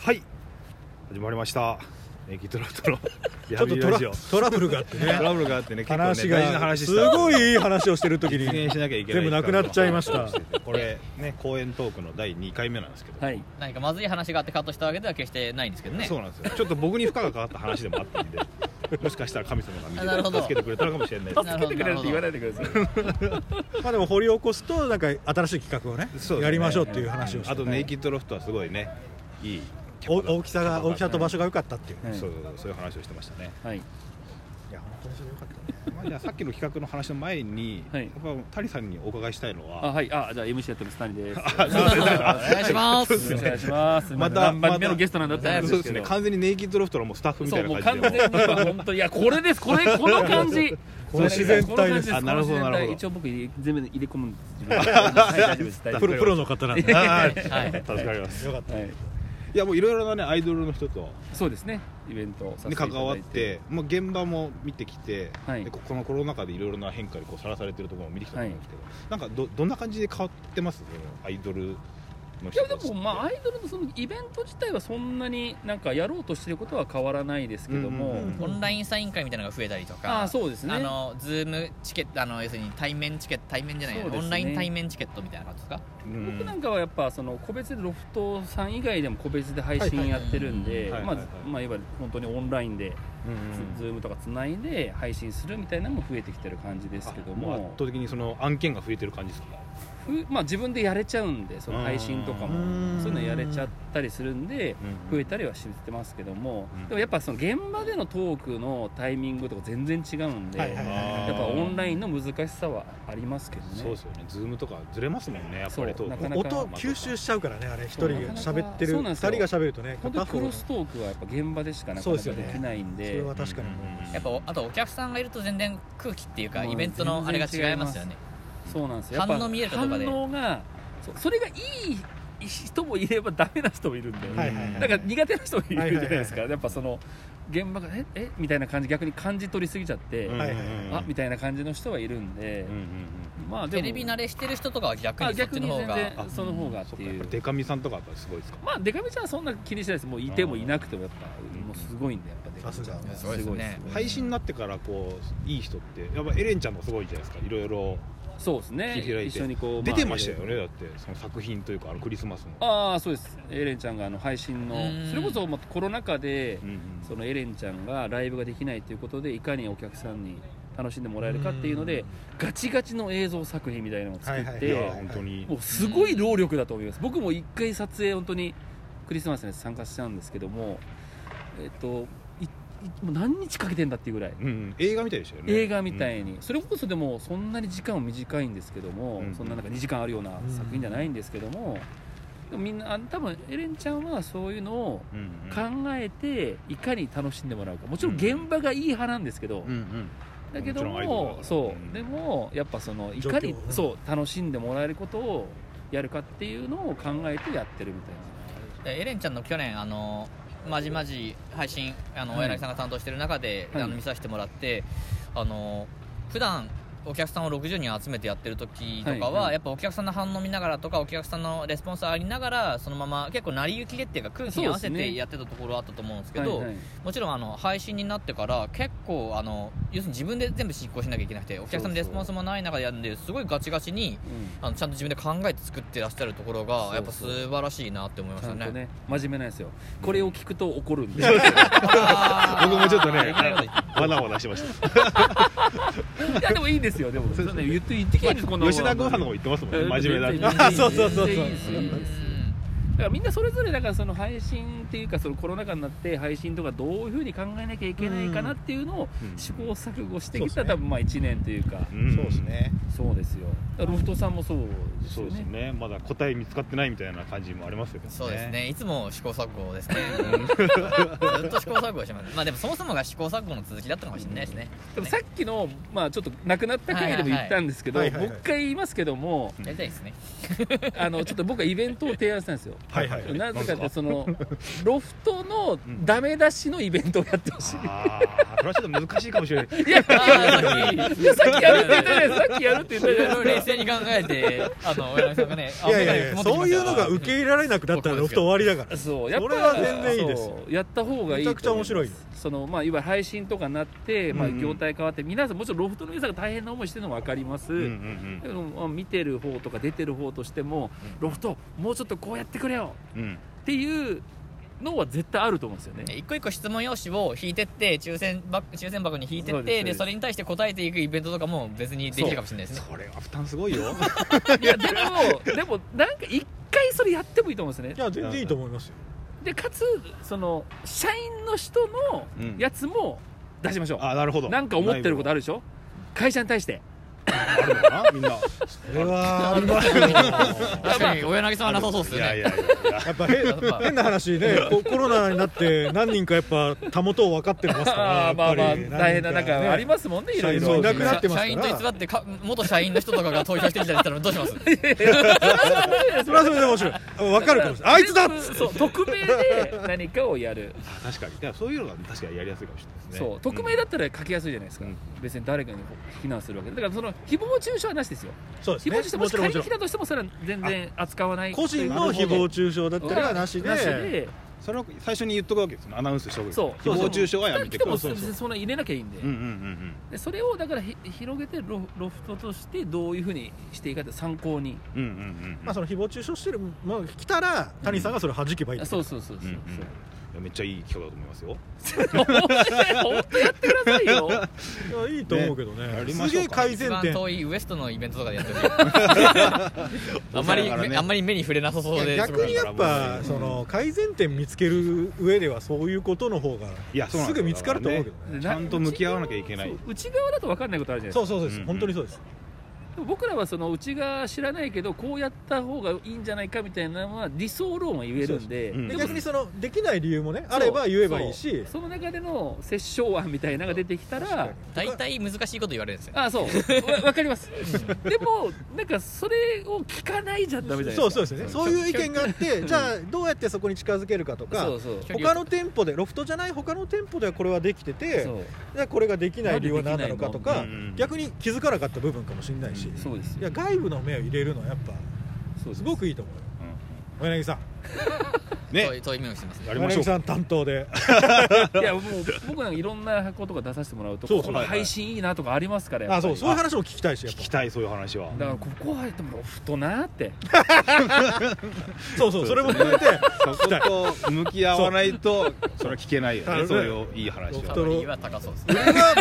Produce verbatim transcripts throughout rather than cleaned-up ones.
はい始まりましたネギトロトロちょっとトラ、トラブルがあってねトラブルがあってね結構ね話が大事な話したすごいいい話をしてる時に実現しなきゃいけない全部なくなっちゃいましたこれね公演トークのだいにかいめなんですけど、 はい、何かまずい話があってカットしたわけでは決してないんですけどね。 そうなんですよ。ちょっと僕に負荷がかかった話でもあったんでもしかしたら神様が見て助けてくれたのかもしれないです。 助けてくれるって言わないでくださいまあでも掘り起こすとなんか新しい企画を ね, ねやりましょうっていう話をして、 あとネイキッドロフトはすごいねいい大きさが大きさと場所が良かったっていう、ねはい、そうそういう話をしてましたね。 はい。いや本当にそれ良かったね。 まあ、じゃあさっきの企画の話の前に、はい、やっぱ谷さんにお伺いしたいのは、 あはいあじゃあ エムシー やってます谷です。 お願いします。お願いします。 また何番目のゲストなんだってそうですね。完全にネイキッドロフトのもうスタッフみたいな感じで。 そうもう完全に本当いやこれですこれこの感じ。 この自然体です。 あなるほどなるほど。 一応僕全部入れ込む自分。大丈夫です。 プロプロの方なんで。 はい助かります。 よかった。 いやもういろいろなねアイドルの人とそうですねイベントに関わってもう現場も見てきて、 はい、 でこのコロナ禍でいろいろな変化にこうさらされてるところも見てきたと思うんですけど、はい、なんか ど, どんな感じで変わってますそのアイドルの人たちって。 いやでもまあアイドルのそのイベント自体はそんなになんかやろうとしてることは変わらないですけども、うんうんうん、オンラインサイン会みたいなのが増えたりとか、あそうですね、あのズームチケットあの要するに対面チケット対面じゃない、ね、オンライン対面チケットみたいな感じですか。僕なんかはやっぱその個別でロフトさん以外でも個別で配信やってるんで、まあまあいわゆる本当にオンラインで、うんうん、ズームとかつないで配信するみたいなのも増えてきてる感じですけども、 もう圧倒的にその案件が増えてる感じですか。 まあ、自分でやれちゃうんでその配信とかもそういうのやれちゃったりするんで増えたりはしてますけども、でもやっぱその現場でのトークのタイミングとか全然違うんで、やっぱオンラインの難しさはありますけどね。 そうですよね。ズームとかずれますもんねやっぱりトーク音吸収しちゃうからね。あれ一人が喋ってるふたりが喋るとね本当にクロストークはやっぱ現場でしかなかなかできないんで、 それは確かにやっぱあとお客さんがいると全然空気っていうかイベントのあれが違いますよね。 そうなんですよ。やっぱ反応見えるかどうかで反応が そ, それがいい人もいればダメな人もいるんで、はいはいはい、だから苦手な人もいるじゃないですか、はいはいはい、やっぱその現場がええみたいな感じ逆に感じ取りすぎちゃって、はいはいはい、あみたいな感じの人はいるんで、うんうんうん、まあでもテレビ慣れしてる人とかは逆にそっちの方が逆にその方がっていう。 デカミさんとかすごいですか。 まあデカミちゃんはそんな気にしないです。もういてもいなくてもやっぱもうすごいんでやっぱデカミちゃんはすごいですね。 配信になってからこういい人ってやっぱエレンちゃんもすごいじゃないですか。いろいろそうですね一緒にこう出てましたよね、まあ、だってその作品というかあのクリスマスのああそうです。エレンちゃんがあの配信のそれこそコロナ禍で、うんうん、そのエレンちゃんがライブができないということでいかにお客さんに楽しんでもらえるかっていうのでガチガチの映像作品みたいなのを作って、はいはい、本当にもうすごい労力だと思います。僕も一回撮影本当にクリスマスに参加しちゃうんですけどもえっともう何日かけてんだっていうぐらい、 うん、映画みたいでしたよね。 映画みたいに、うん、それこそでもそんなに時間は短いんですけども、うん、そんななんかにじかんあるような作品じゃないんですけども、うん、でもみんな多分エレンちゃんはそういうのを考えていかに楽しんでもらうか。もちろん現場がいい派なんですけど、うんうん、だけどもそう、うん、でもやっぱそのいかにそう楽しんでもらえることをやるかっていうのを考えてやってるみたいな。 エレンちゃんの去年あのまじまじ配信あの、はい、柳さんが担当している中で、はい、あの見させてもらってあの普段お客さんをろくじゅうにん集めてやってる時とかは、はいはい、やっぱお客さんの反応見ながらとかお客さんのレスポンスありながらそのまま結構成り行きでっていうか空気に合わせてやってたところあったと思うんですけど、はいはい、もちろんあの配信になってから結構あの要するに自分で全部執行しなきゃいけなくてお客さんのレスポンスもない中でやるんですごいガチガチに、うん、あのちゃんと自分で考えて作ってらっしゃるところがやっぱ素晴らしいなって思いましたね。ちゃんとね真面目なんですよ。これを聞くと怒るんで僕もちょっとねわなわなしましたいやでもいいんですよ。でも言って言ってきてるんです。この吉田剛さんの方も言ってますもんね。真面目だって。そうそうそうそう。いいですいいです。だからみんなそれぞれだからその配信っていうかそのコロナ禍になって配信とかどういうふうに考えなきゃいけないかなっていうのを試行錯誤してきた多分まあいちねんというか。 そうですね。 そうですよ。ロフトさんもそうですよね。 そうですね。まだ答え見つかってないみたいな感じもありますよね。 そうですね。いつも試行錯誤ですね。ずっと試行錯誤してます。まあでもそもそもが試行錯誤の続きだったかもしれないですね。 でもさっきの、まあ、ちょっと亡くなった回でも言ったんですけど、もう一回言いますけども、 やりたいですね。 あのちょっと僕はイベントを提案したんですよ。 はいはいはい、 なぜかってそのロフトのダメ出しのイベントをやってほしい。 ああ、それはちょっと難しいかもしれない。 いや、さっきやるって言ったじゃないですか。さっきやるって言ったじゃないですか。 冷静に考えて、あの親父さんがね、 いやいやいや、そういうのが受け入れられなくなったらロフト終わりだから。 そう、やっぱそれは全然いいですよ。 やった方がいい。 めちゃくちゃ面白い。 そのまあいわゆる配信とかになって、まあ業態変わって、皆さんもちろんロフトの皆さんが大変な思いしてるのも分かります。うんうんうん、でも見てる方とか出てる方としても、ロフトもうちょっとこうやってくれよ、うん、っていうのは絶対あると思うんですよね。 一個一個質問用紙を引いてって抽選箱抽選箱に引いてって、そでそれに対して答えていくイベントとかも別にできるかもしれないですね。 それは負担すごいよ。 いやでもでもなんか一回それやってもいいと思うんですよね。 いや全然いいと思いますよ。 でかつその社員の人のやつも出しましょう、 うん、あ、なるほど。 なんか思ってることあるでしょ、会社に対して。 あるのかなみんな。 それはありますよ。 確かに小柳さんはなさそうですよね。 いやいやいや、 やっぱ変, 変な話ね、コロナになって何人かやっぱたもとを分かってますから、 あまあまあ大変な中ありますもんね、いろいろ。 いなくなってますから。 社員と偽ってか元社員の人とかが投票してきたりしたらどうします？ それはそれで面白い。分かるかもしれない。あいつだっつって。 そう、匿名で何かをやる。 確かに。だからそういうのが確かにやりやすいかもしれないですね。 そう、匿名だったら書きやすいじゃないですか。うん、別に誰かに非難するわけで。だからその誹謗中傷はなしですよ。 そうですね。 誹謗中傷もし仮に来たとしてもそれは全然扱わない。 個人の誹謗中傷だったらなしで。なしでそれを最初に言っとくわけですよ。アナウンスしておく。 そう。 誹謗中傷はやめてください。 でもそんな入れなきゃいいんで。うんうんうんうん。でそれをだから広げて ロ, ロフトとしてどういうふうにしていいかって参考に。うんうんうん。 まあその誹謗中傷してるもの来たら谷さんがそれ弾けばいい。 うん、そうそうそうそう。うんうん、 めっちゃいい企画だと思いますよ。 本当やってくださいよ。 いやいいと思うけどね。 ねすげえ改善点。 一番遠いウエストのイベントとかでやってる。あんまり、ね、あんまり目に触れなさそうで。 逆にやっぱその改善点見つける上ではそういうことの方がすぐ見つかると思うけどね。 ちゃんと向き合わなきゃいけない。 内側だと分かんないことあるじゃないですか。 そうそうそうです。本当にそうです。 僕らはその内側知らないけどこうやった方がいいんじゃないかみたいなのは理想論は言えるんで、 うん、で逆にそのできない理由もねあれば言えばいいし、 その中での折衝案みたいなのが出てきたら大体難しいこと言われるんですよ。 ああそうわかります。でもなんかそれを聞かないじゃダメじゃないですか。 そうそうですね。そういう意見があってじゃあどうやってそこに近づけるかとか、そうそう他の店舗でロフトじゃない他の店舗ではこれはできてて、じゃあこれができない理由は何なのかとか、逆に気づかなかった部分かもしれないし、 そうです。 いや外部の目を入れるのはやっぱすごくいいと思うよ。小柳さんね、そういう目をしてますね。 小柳さん担当でいやもう僕なんかいろんなことが出させてもらうとこの配信いいなとかありますから。 あそうそういう話も聞きたいし、 聞きたいそういう話は。 だからここはでもロフトなってそうそうそれも含めてそこと向き合わないとそれは聞けないよね。そういういい話は。 売りは高そうです。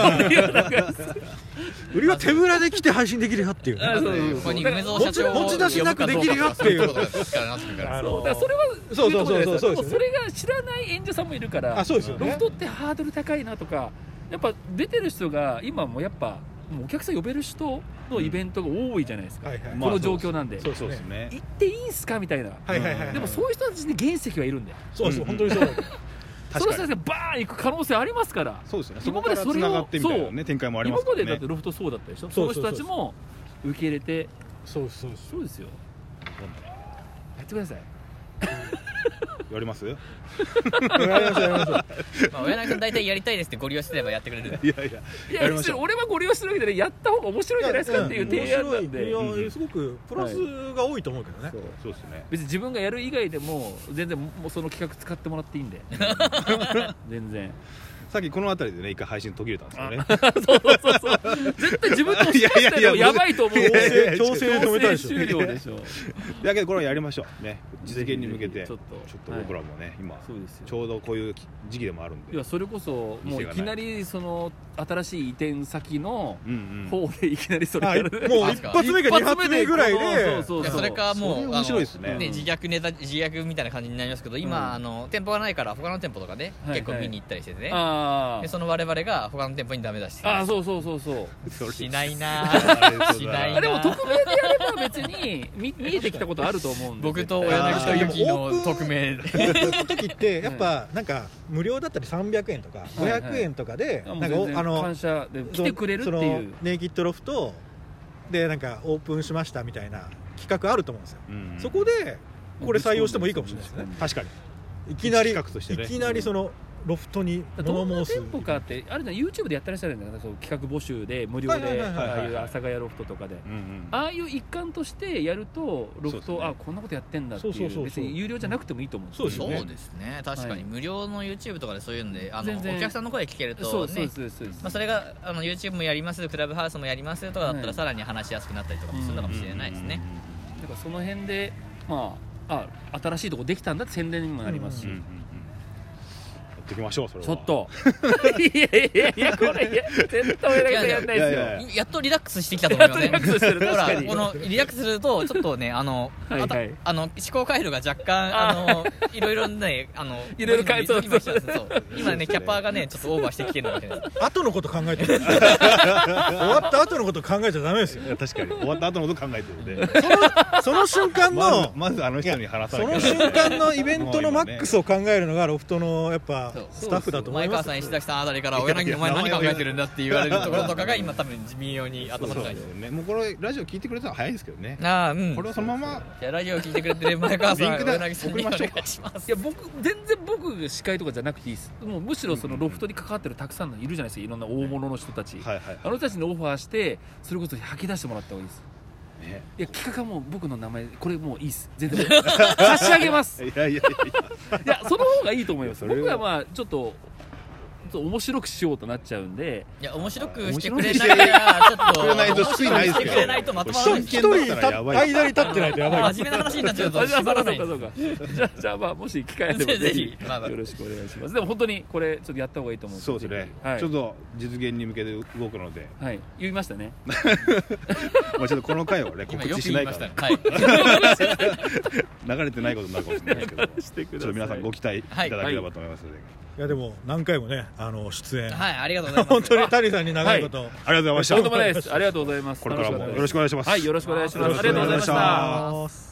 売りは手ぶらで来て配信できるよっていう。 ここに梅蔵社長持ち出しなくできるよっていう。 だからそれはそうそうそうそうそう。 それが知らない演者さんもいるから。 あそうですよね。 ロフトってハードル高いなとか、やっぱ出てる人が今もやっぱもうお客さん呼べる人のイベントが多いじゃないですか。この状況なんで。 そうそうですね。 行っていいんすかみたいな。でもそういう人たちに原石はいるんで。 そうそう本当にそう。 その人たちがバーン行く可能性ありますから。 そうですね。そこから繋がってみたいなね展開もありますからね。 今までだってロフトそうだったでしょ。その人たちも受け入れて。 そうそうそうですよ。やってください。 やります？ やりますやります。 まあ親さん大体やりたいですってご利用してればやってくれる。 いやいや。 いや別に俺はご利用するわけでね、やった方が面白いじゃないですかっていう提案なんで。 いやすごくプラスが多いと思うけどね。 そうですね。 別に自分がやる以外でも全然もうその企画使ってもらっていいんで。全然。 さっきこの辺りでね一回配信途切れたんですよね。 そうそうそうそう。絶対自分の押し出したのやばいと思う。 強制で止めたでしょ。 終了でしょ。 だけどこれはやりましょうね。実現に向けてちょっとちょっと僕らもね今ちょうどこういう時期でもあるんで。 いやそれこそもういきなりその新しい移転先の方でいきなりそれやる。 もう一発目か二発目ぐらいで。 それかもう面白いですね。 自虐ネタ自虐みたいな感じになりますけど、今あの店舗がないから他の店舗とかで結構見に行ったりしててね。 でその我々が他の店舗にダメ出してあそうそうそうそうしないなしないなでも匿名でやれば別に 見, 見えてきたことあると思うんで僕と小柳とユキの匿名オープンの時ってやっぱなんか無料だったりさんびゃくえんとかごひゃくえんとかでなんかあの感謝で来てくれるっていうネイキッドロフトでなんかオープンしましたみたいな企画あると思うんですよ、うん、そこでこれ採用してもいいかもしれないですね。 確かにいきなり、 ね、 いきなりそのロフトに物申すどんな店舗かってあるじゃん YouTube でやったりしたらいいんだよね企画募集で無料でああいう阿佐ヶ谷ロフトとかで、うんうん、ああいう一環としてやるとロフト、ね、あこんなことやってんだっていうそうそうそうそう別に有料じゃなくてもいいと思うんですよ、 そうですね、そうですね確かに、はい、無料の YouTube とかでそういうのであのお客さんの声聞けると、ね、そうそうそうそうまあ、それがあの YouTube もやりますクラブハウスもやりますとかだったらさらに話しやすくなったりとかもするのかもしれないですね。 だからその辺でまああ新しいとこできたんだって宣伝にもなりますし、うんうんうんやっていきましょうそれはちょっといやいやいやこれいや絶対俺らやんないですよ。 やっとリラックスしてきたと思いますねリラックスするほらこのリラックスするとちょっとねあのはいはい、あの思考回路が若干あのいろいろねあのいろいろ変えそう今ねキャパがねちょっとオーバーしてきてるので後のこと考えてる終わった後のこと考えちゃダメですよ。 いや確かに終わった後のこと考えてるんでその、その瞬間のまず、まずあの人に話さなきゃその瞬間のイベントのマックスを考えるのがロフトのやっぱスタッフだと思います。 前川さん石崎さんあたりから親柳お前何考えてるんだって言われるところとかが今多分微妙に頭の中にねもうこれラジオ聞いてくれたら早いですけどね。 ああうんこれをそのままじゃあラジオ聞いてくれてる前川さん親柳さんにお願いします。 いや僕全然僕が司会とかじゃなくていいです。もうむしろそのロフトに関わってるたくさんのいるじゃないですかいろんな大物の人たち、はいはい、あの人たちにオファーしてそれこそ吐き出してもらった方がいいです。ね、いや企画はもう僕の名前これもういいです全然差し上げますいやいやいやいやその方がいいと思います。僕はまあちょっと面白くしようとなっちゃうんでいや面白くしてくれないからちょっと面白くしてくれないとまとまらない。 一人間に立ってないとやばい。 真面目な話になっちゃうと縛らない。 じゃあじゃあまあもし機会あればぜひよろしくお願いします。でも本当にこれちょっとやった方がいいと思う。 そうですね、はい、ちょっと実現に向けて動くのではい言いましたねまあちょっとこの回はね告知しないから、ねはい、流れてないことになるかもしれないですけどちょっと皆さんご期待いただければと思いますので、はいいやでも何回もねあの出演はいありがとうございます本当に谷さんに長いこと、はい、 ありがとうございました。 とんでもないです。ありがとうございます。 これからもよろしくお願いします。 はいよろしくお願いします。ありがとうございました。